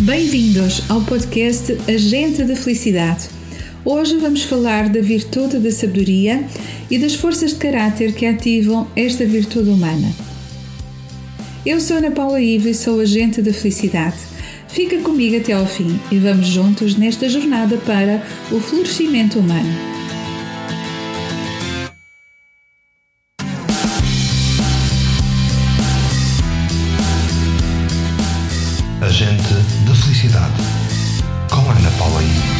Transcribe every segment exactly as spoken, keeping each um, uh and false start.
Bem-vindos ao podcast Agente da Felicidade. Hoje vamos falar da virtude da sabedoria e das forças de caráter que ativam esta virtude humana. Eu sou Ana Paula Ivo e sou Agente da Felicidade. Fica comigo até ao fim e vamos juntos nesta jornada para o florescimento humano. Agente da Felicidade, com Ana Paula Ivo.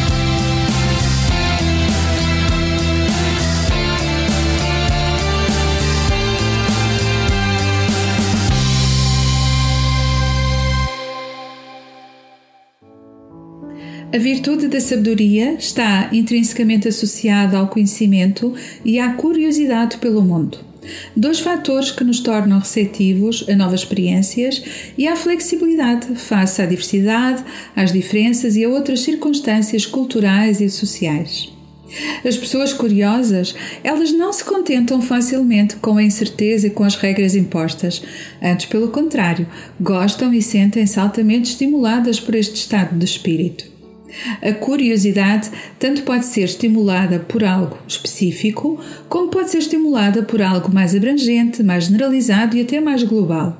A virtude da sabedoria está intrinsecamente associada ao conhecimento e à curiosidade pelo mundo. Dois fatores que nos tornam receptivos a novas experiências e à flexibilidade face à diversidade, às diferenças e a outras circunstâncias culturais e sociais. As pessoas curiosas, elas não se contentam facilmente com a incerteza e com as regras impostas. Antes, pelo contrário, gostam e sentem-se altamente estimuladas por este estado de espírito. A curiosidade tanto pode ser estimulada por algo específico, como pode ser estimulada por algo mais abrangente, mais generalizado e até mais global.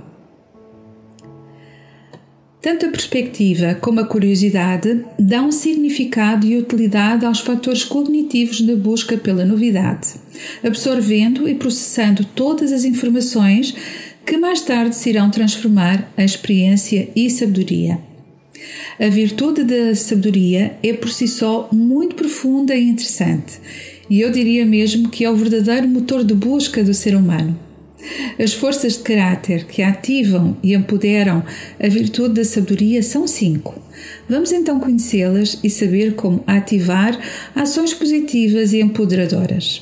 Tanto a perspectiva como a curiosidade dão significado e utilidade aos fatores cognitivos na busca pela novidade, absorvendo e processando todas as informações que mais tarde se irão transformar em experiência e sabedoria. A virtude da sabedoria é por si só muito profunda e interessante, e eu diria mesmo que é o verdadeiro motor de busca do ser humano. As forças de caráter que ativam e empoderam a virtude da sabedoria são cinco. Vamos então conhecê-las e saber como ativar ações positivas e empoderadoras.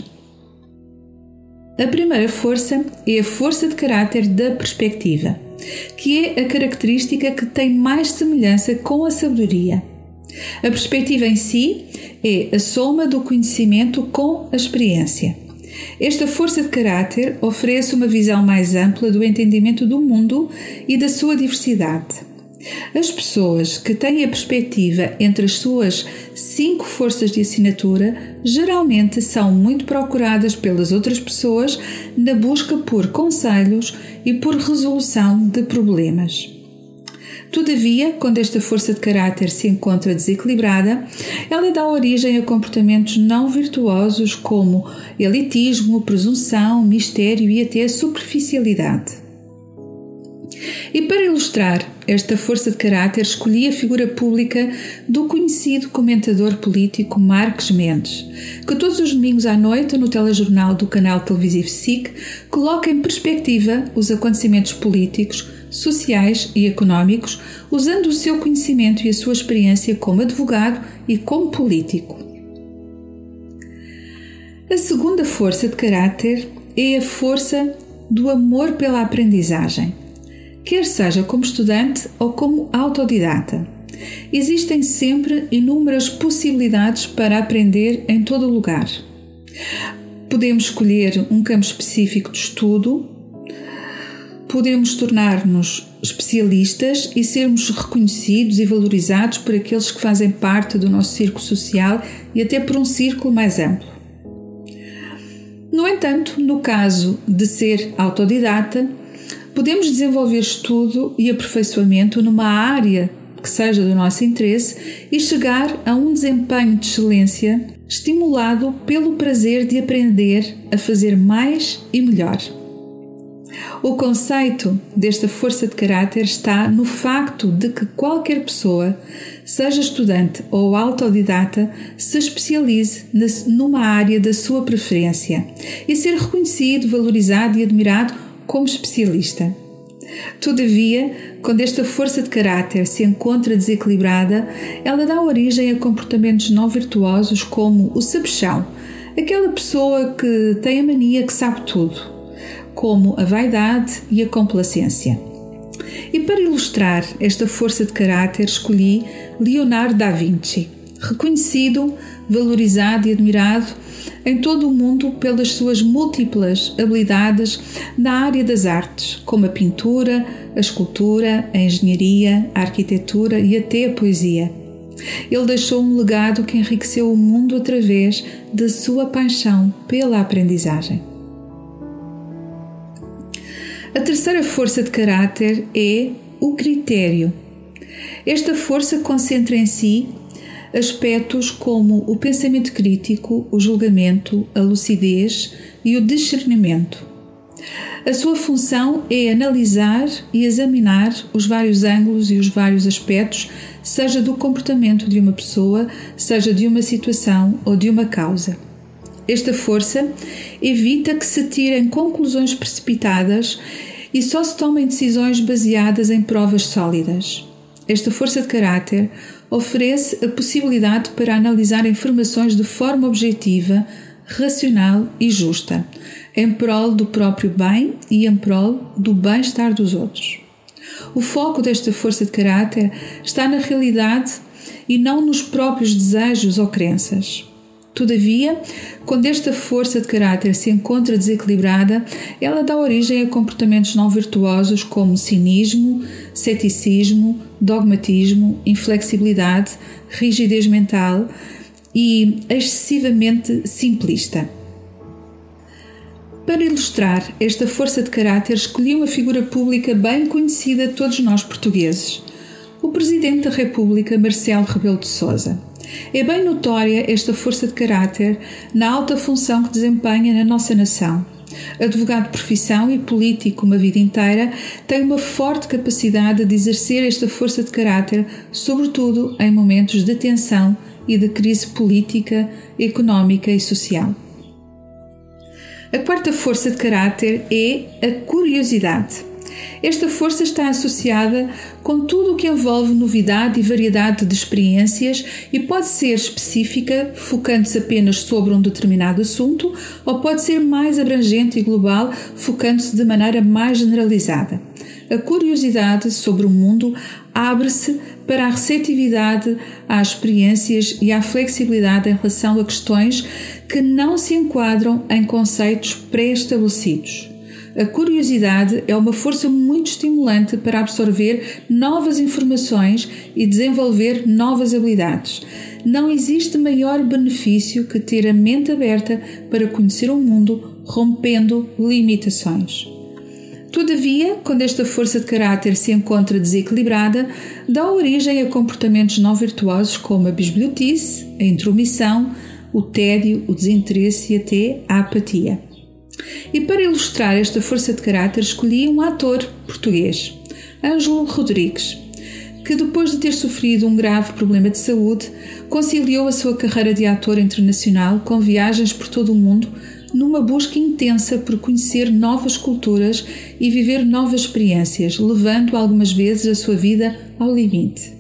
A primeira força é a força de caráter da perspectiva, que é a característica que tem mais semelhança com a sabedoria. A perspectiva em si é a soma do conhecimento com a experiência. Esta força de caráter oferece uma visão mais ampla do entendimento do mundo e da sua diversidade. As pessoas que têm a perspectiva entre as suas cinco forças de assinatura geralmente são muito procuradas pelas outras pessoas na busca por conselhos e por resolução de problemas. Todavia, quando esta força de caráter se encontra desequilibrada, ela dá origem a comportamentos não virtuosos como elitismo, presunção, mistério e até superficialidade. E para ilustrar esta força de caráter, escolhi a figura pública do conhecido comentador político Marques Mendes, que todos os domingos à noite, no telejornal do canal televisivo S I C, coloca em perspectiva os acontecimentos políticos, sociais e económicos, usando o seu conhecimento e a sua experiência como advogado e como político. A segunda força de caráter é a força do amor pela aprendizagem, quer seja como estudante ou como autodidata. Existem sempre inúmeras possibilidades para aprender em todo o lugar. Podemos escolher um campo específico de estudo, podemos tornar-nos especialistas e sermos reconhecidos e valorizados por aqueles que fazem parte do nosso círculo social e até por um círculo mais amplo. No entanto, no caso de ser autodidata, podemos desenvolver estudo e aperfeiçoamento numa área que seja do nosso interesse e chegar a um desempenho de excelência estimulado pelo prazer de aprender a fazer mais e melhor. O conceito desta força de caráter está no facto de que qualquer pessoa, seja estudante ou autodidata, se especialize numa área da sua preferência e ser reconhecido, valorizado e admirado como especialista. Todavia, quando esta força de caráter se encontra desequilibrada, ela dá origem a comportamentos não virtuosos como o sabichão, aquela pessoa que tem a mania que sabe tudo, como a vaidade e a complacência. E para ilustrar esta força de caráter, escolhi Leonardo da Vinci, reconhecido, valorizado e admirado em todo o mundo pelas suas múltiplas habilidades na área das artes, como a pintura, a escultura, a engenharia, a arquitetura e até a poesia. Ele deixou um legado que enriqueceu o mundo através da sua paixão pela aprendizagem. A terceira força de caráter é o critério. Esta força concentra em si aspectos como o pensamento crítico, o julgamento, a lucidez e o discernimento. A sua função é analisar e examinar os vários ângulos e os vários aspectos, seja do comportamento de uma pessoa, seja de uma situação ou de uma causa. Esta força evita que se tirem conclusões precipitadas e só se tomem decisões baseadas em provas sólidas. Esta força de caráter oferece a possibilidade para analisar informações de forma objetiva, racional e justa, em prol do próprio bem e em prol do bem-estar dos outros. O foco desta força de caráter está na realidade e não nos próprios desejos ou crenças. Todavia, quando esta força de caráter se encontra desequilibrada, ela dá origem a comportamentos não virtuosos como cinismo, ceticismo, dogmatismo, inflexibilidade, rigidez mental e excessivamente simplista. Para ilustrar esta força de caráter, escolhi uma figura pública bem conhecida de todos nós portugueses, o Presidente da República, Marcelo Rebelo de Sousa. É bem notória esta força de caráter na alta função que desempenha na nossa nação. Advogado de profissão e político uma vida inteira, tem uma forte capacidade de exercer esta força de caráter, sobretudo em momentos de tensão e de crise política, económica e social. A quarta força de caráter é a curiosidade. Esta força está associada com tudo o que envolve novidade e variedade de experiências e pode ser específica, focando-se apenas sobre um determinado assunto, ou pode ser mais abrangente e global, focando-se de maneira mais generalizada. A curiosidade sobre o mundo abre-se para a receptividade às experiências e à flexibilidade em relação a questões que não se enquadram em conceitos pré-estabelecidos. A curiosidade é uma força muito estimulante para absorver novas informações e desenvolver novas habilidades. Não existe maior benefício que ter a mente aberta para conhecer o mundo, rompendo limitações. Todavia, quando esta força de caráter se encontra desequilibrada, dá origem a comportamentos não virtuosos como a bisbilhotice, a intromissão, o tédio, o desinteresse e até a apatia. E para ilustrar esta força de caráter, escolhi um ator português, Ângelo Rodrigues, que depois de ter sofrido um grave problema de saúde, conciliou a sua carreira de ator internacional com viagens por todo o mundo, numa busca intensa por conhecer novas culturas e viver novas experiências, levando algumas vezes a sua vida ao limite.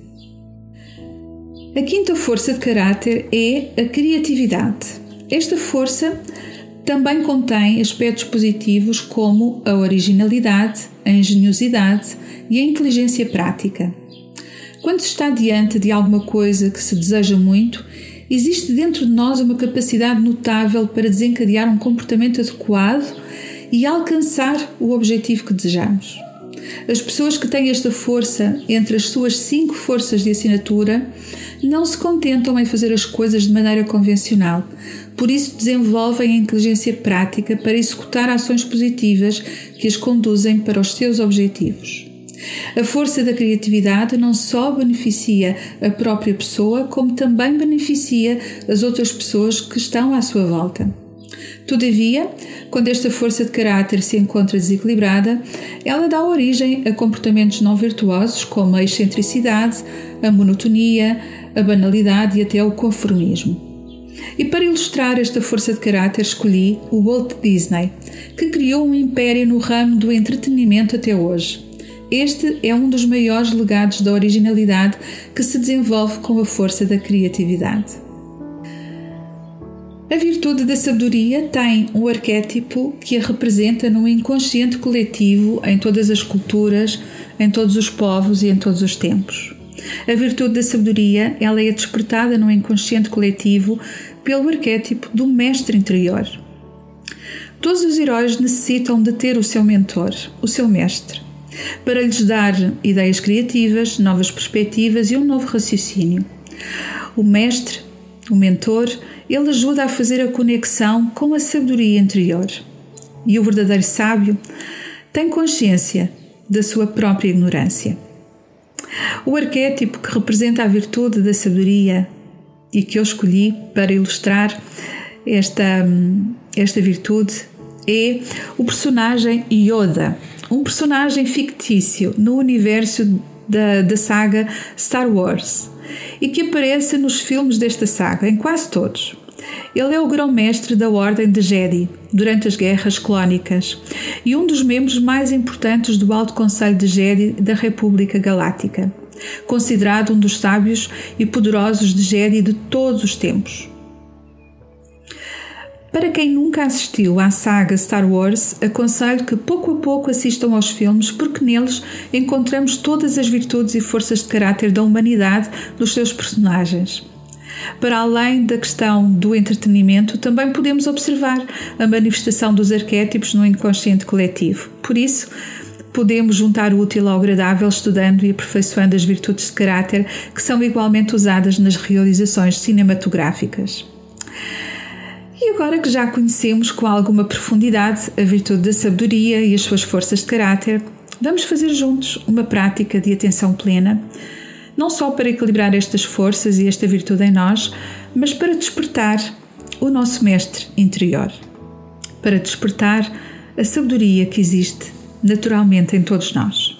A quinta força de caráter é a criatividade. Esta força também contém aspectos positivos como a originalidade, a engenhosidade e a inteligência prática. Quando se está diante de alguma coisa que se deseja muito, existe dentro de nós uma capacidade notável para desencadear um comportamento adequado e alcançar o objetivo que desejamos. As pessoas que têm esta força entre as suas cinco forças de assinatura não se contentam em fazer as coisas de maneira convencional, por isso desenvolvem a inteligência prática para executar ações positivas que as conduzem para os seus objetivos. A força da criatividade não só beneficia a própria pessoa, como também beneficia as outras pessoas que estão à sua volta. Todavia, quando esta força de caráter se encontra desequilibrada, ela dá origem a comportamentos não virtuosos como a excentricidade, a monotonia, a banalidade e até o conformismo. E para ilustrar esta força de caráter escolhi o Walt Disney, que criou um império no ramo do entretenimento até hoje. Este é um dos maiores legados da originalidade que se desenvolve com a força da criatividade. A virtude da sabedoria tem um arquétipo que a representa no inconsciente coletivo em todas as culturas, em todos os povos e em todos os tempos. A virtude da sabedoria, ela é despertada no inconsciente coletivo pelo arquétipo do mestre interior. Todos os heróis necessitam de ter o seu mentor, o seu mestre, para lhes dar ideias criativas, novas perspectivas e um novo raciocínio. O mestre, o mentor, ele ajuda a fazer a conexão com a sabedoria interior. E o verdadeiro sábio tem consciência da sua própria ignorância. O arquétipo que representa a virtude da sabedoria e que eu escolhi para ilustrar esta, esta virtude é o personagem Yoda, um personagem fictício no universo da, da saga Star Wars e que aparece nos filmes desta saga, em quase todos. Ele é o grão-mestre da Ordem de Jedi durante as Guerras Clónicas e um dos membros mais importantes do Alto Conselho de Jedi da República Galáctica, considerado um dos sábios e poderosos de Jedi de todos os tempos. Para quem nunca assistiu à saga Star Wars, aconselho que pouco a pouco assistam aos filmes, porque neles encontramos todas as virtudes e forças de caráter da humanidade dos seus personagens. Para além da questão do entretenimento, também podemos observar a manifestação dos arquétipos no inconsciente coletivo. Por isso, podemos juntar o útil ao agradável estudando e aperfeiçoando as virtudes de caráter que são igualmente usadas nas realizações cinematográficas. E agora que já conhecemos com alguma profundidade a virtude da sabedoria e as suas forças de caráter, vamos fazer juntos uma prática de atenção plena, não só para equilibrar estas forças e esta virtude em nós, mas para despertar o nosso mestre interior, para despertar a sabedoria que existe naturalmente em todos nós.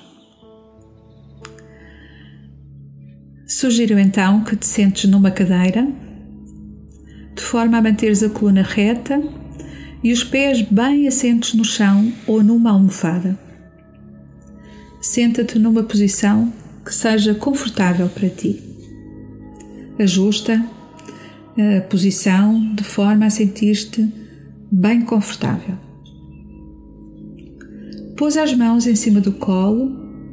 Sugiro então que te sentes numa cadeira, de forma a manteres a coluna reta e os pés bem assentos no chão ou numa almofada. Senta-te numa posição que seja confortável para ti. Ajusta a posição de forma a sentir-te bem confortável. Pôs as mãos em cima do colo,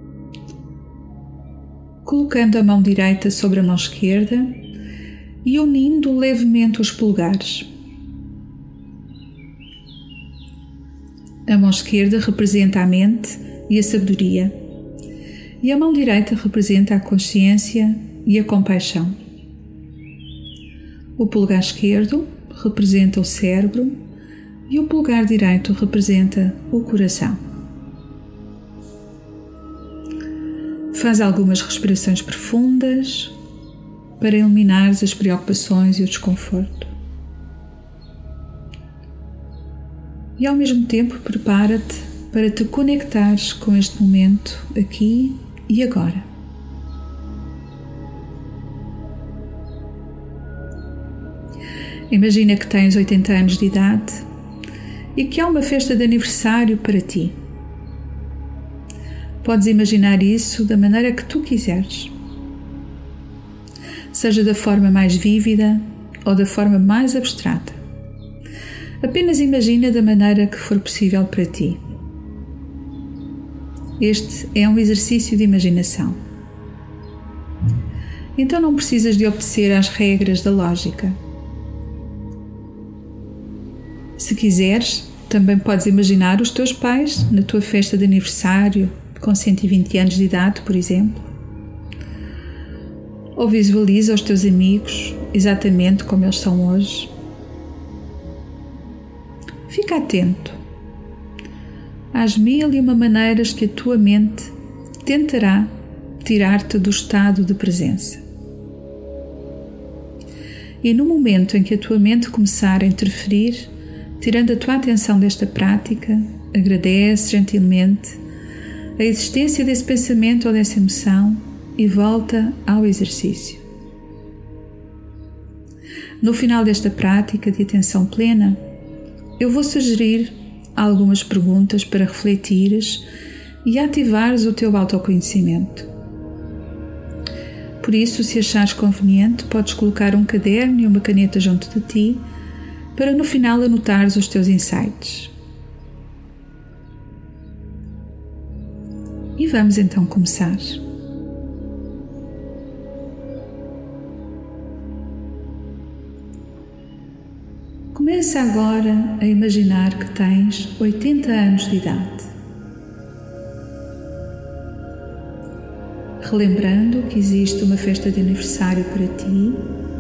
colocando a mão direita sobre a mão esquerda e unindo levemente os polegares. A mão esquerda representa a mente e a sabedoria, e a mão direita representa a consciência e a compaixão. O polegar esquerdo representa o cérebro e o polegar direito representa o coração. Faz algumas respirações profundas para eliminar as preocupações e o desconforto. E ao mesmo tempo prepara-te para te conectares com este momento aqui e agora. Imagina que tens oitenta anos de idade e que há uma festa de aniversário para ti. Podes imaginar isso da maneira que tu quiseres. Seja da forma mais vívida ou da forma mais abstrata. Apenas imagina da maneira que for possível para ti. Este é um exercício de imaginação. Então não precisas de obedecer às regras da lógica. Se quiseres, também podes imaginar os teus pais na tua festa de aniversário, com cento e vinte anos de idade, por exemplo. Ou visualiza os teus amigos exatamente como eles são hoje. Fica atento às mil e uma maneiras que a tua mente tentará tirar-te do estado de presença. E no momento em que a tua mente começar a interferir, tirando a tua atenção desta prática, agradece gentilmente a existência desse pensamento ou dessa emoção e volta ao exercício. No final desta prática de atenção plena, eu vou sugerir algumas perguntas para refletires e ativares o teu autoconhecimento. Por isso, se achares conveniente, podes colocar um caderno e uma caneta junto de ti para no final anotares os teus insights. E vamos então começar. Começa agora a imaginar que tens oitenta anos de idade. Relembrando que existe uma festa de aniversário para ti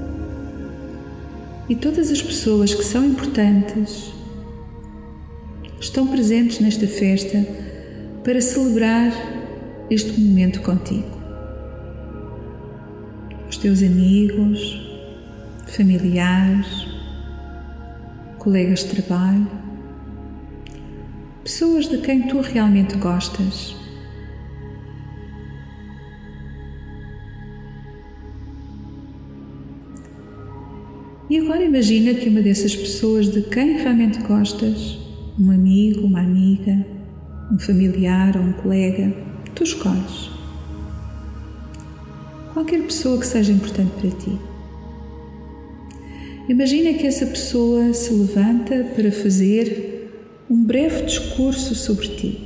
e todas as pessoas que são importantes estão presentes nesta festa para celebrar este momento contigo. Os teus amigos, familiares, colegas de trabalho, pessoas de quem tu realmente gostas. E agora imagina que uma dessas pessoas de quem realmente gostas, um amigo, uma amiga, um familiar ou um colega, tu escolhes. Qualquer pessoa que seja importante para ti. Imagina que essa pessoa se levanta para fazer um breve discurso sobre ti.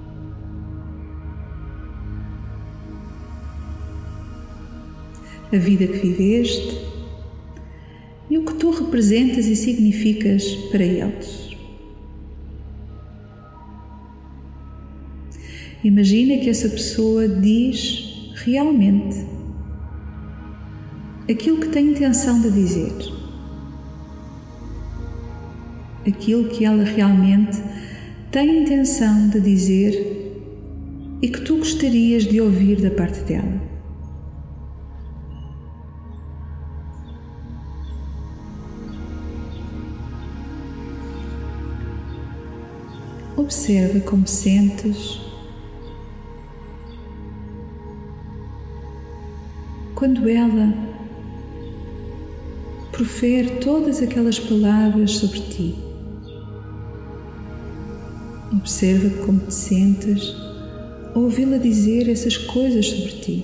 A vida que viveste e o que tu representas e significas para eles. Imagina que essa pessoa diz realmente aquilo que tem intenção de dizer. Aquilo que ela realmente tem intenção de dizer e que tu gostarias de ouvir da parte dela. Observa como sentes quando ela profere todas aquelas palavras sobre ti. Observa como te sentes ao ouvi-la dizer essas coisas sobre ti.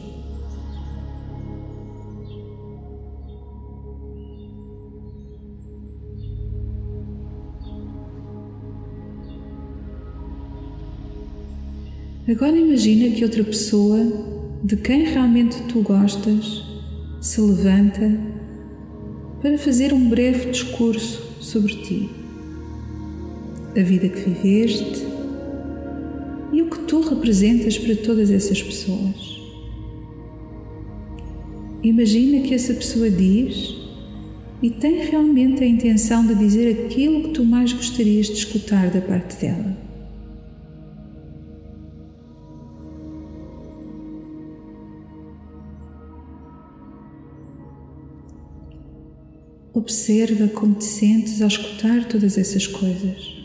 Agora imagina que outra pessoa de quem realmente tu gostas se levanta para fazer um breve discurso sobre ti, a vida que viveste e o que tu representas para todas essas pessoas. Imagina que essa pessoa diz e tem realmente a intenção de dizer aquilo que tu mais gostarias de escutar da parte dela. Observa como te sentes ao escutar todas essas coisas.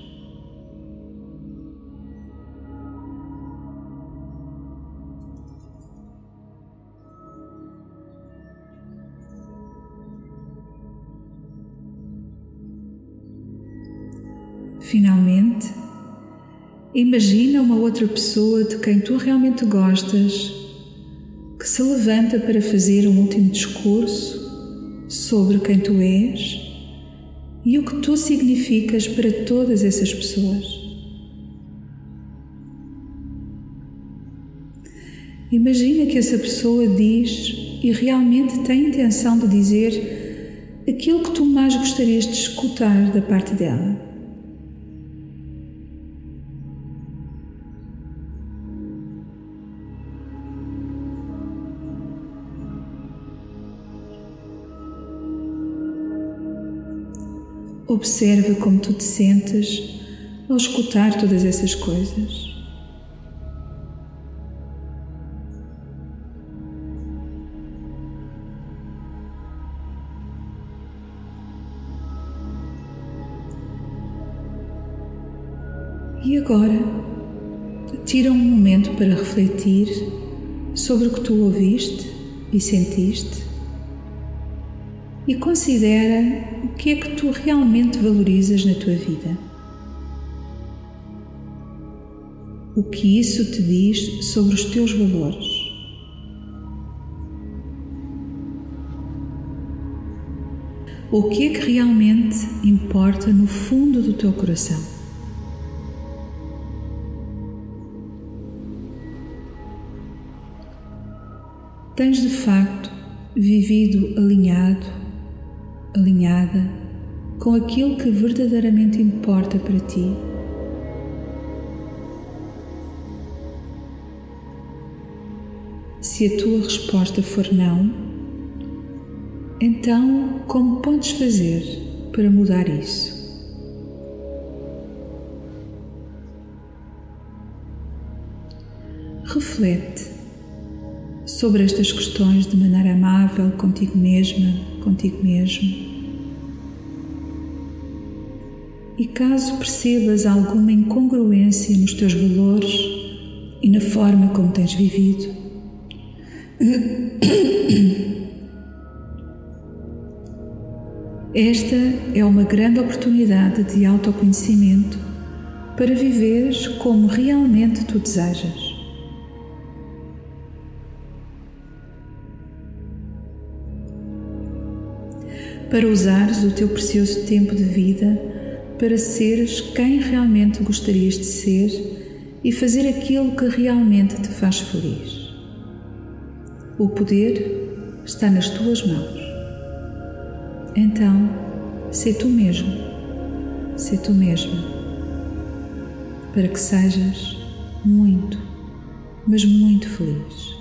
Finalmente, imagina uma outra pessoa de quem tu realmente gostas que se levanta para fazer um último discurso sobre quem tu és e o que tu significas para todas essas pessoas. Imagina que essa pessoa diz e realmente tem a intenção de dizer aquilo que tu mais gostarias de escutar da parte dela. Observa como tu te sentes ao escutar todas essas coisas. E agora, tira um momento para refletir sobre o que tu ouviste e sentiste e considera o que é que tu realmente valorizas na tua vida. O que isso te diz sobre os teus valores. O que é que realmente importa no fundo do teu coração. Tens de facto vivido alinhado, alinhada com aquilo que verdadeiramente importa para ti. Se a tua resposta for não, então como podes fazer para mudar isso? Reflete sobre estas questões de maneira amável contigo mesma, contigo mesmo. E caso percebas alguma incongruência nos teus valores e na forma como tens vivido, esta é uma grande oportunidade de autoconhecimento para viveres como realmente tu desejas. Para usares o teu precioso tempo de vida para seres quem realmente gostarias de ser e fazer aquilo que realmente te faz feliz. O poder está nas tuas mãos. Então, sê tu mesmo, sê tu mesma, para que sejas muito, mas muito feliz.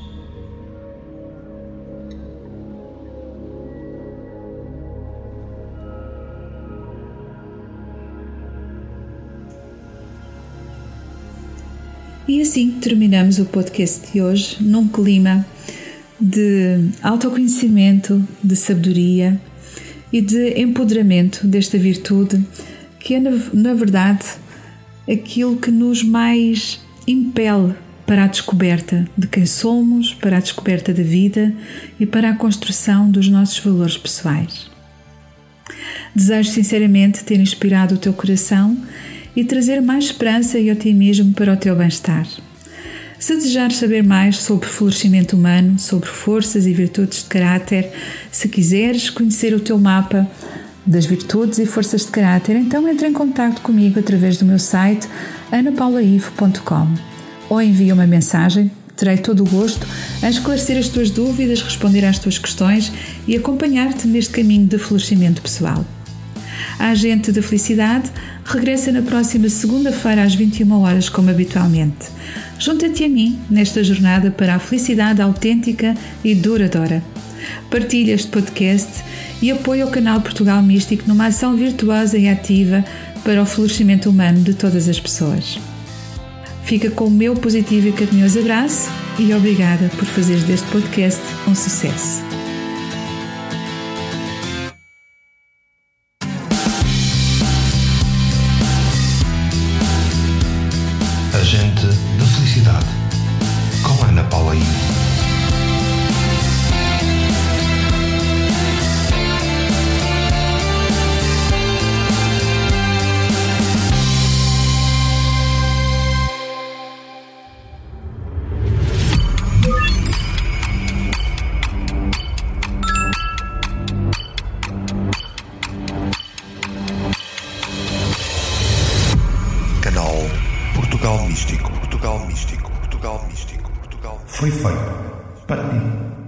E assim terminamos o podcast de hoje num clima de autoconhecimento, de sabedoria e de empoderamento desta virtude que é, na, na verdade, aquilo que nos mais impele para a descoberta de quem somos, para a descoberta da vida e para a construção dos nossos valores pessoais. Desejo sinceramente ter inspirado o teu coração e trazer mais esperança e otimismo para o teu bem-estar. Se desejares saber mais sobre florescimento humano, sobre forças e virtudes de caráter, se quiseres conhecer o teu mapa das virtudes e forças de caráter, então entre em contato comigo através do meu site ana paula ivo ponto com ou envia uma mensagem. Terei todo o gosto em esclarecer as tuas dúvidas, responder às tuas questões e acompanhar-te neste caminho de florescimento pessoal. A Agente da Felicidade regressa na próxima segunda-feira às vinte e uma horas, como habitualmente. Junta-te a mim nesta jornada para a felicidade autêntica e duradoura. Partilha este podcast e apoia o canal Portugal Místico numa ação virtuosa e ativa para o florescimento humano de todas as pessoas. Fica com o meu positivo e carinhoso abraço e obrigada por fazeres deste podcast um sucesso. Agente da Felicidade, com Ana Paula Ivo. Canal Portugal Místico, Portugal Místico, Portugal Místico, Portugal. Foi feito para ti.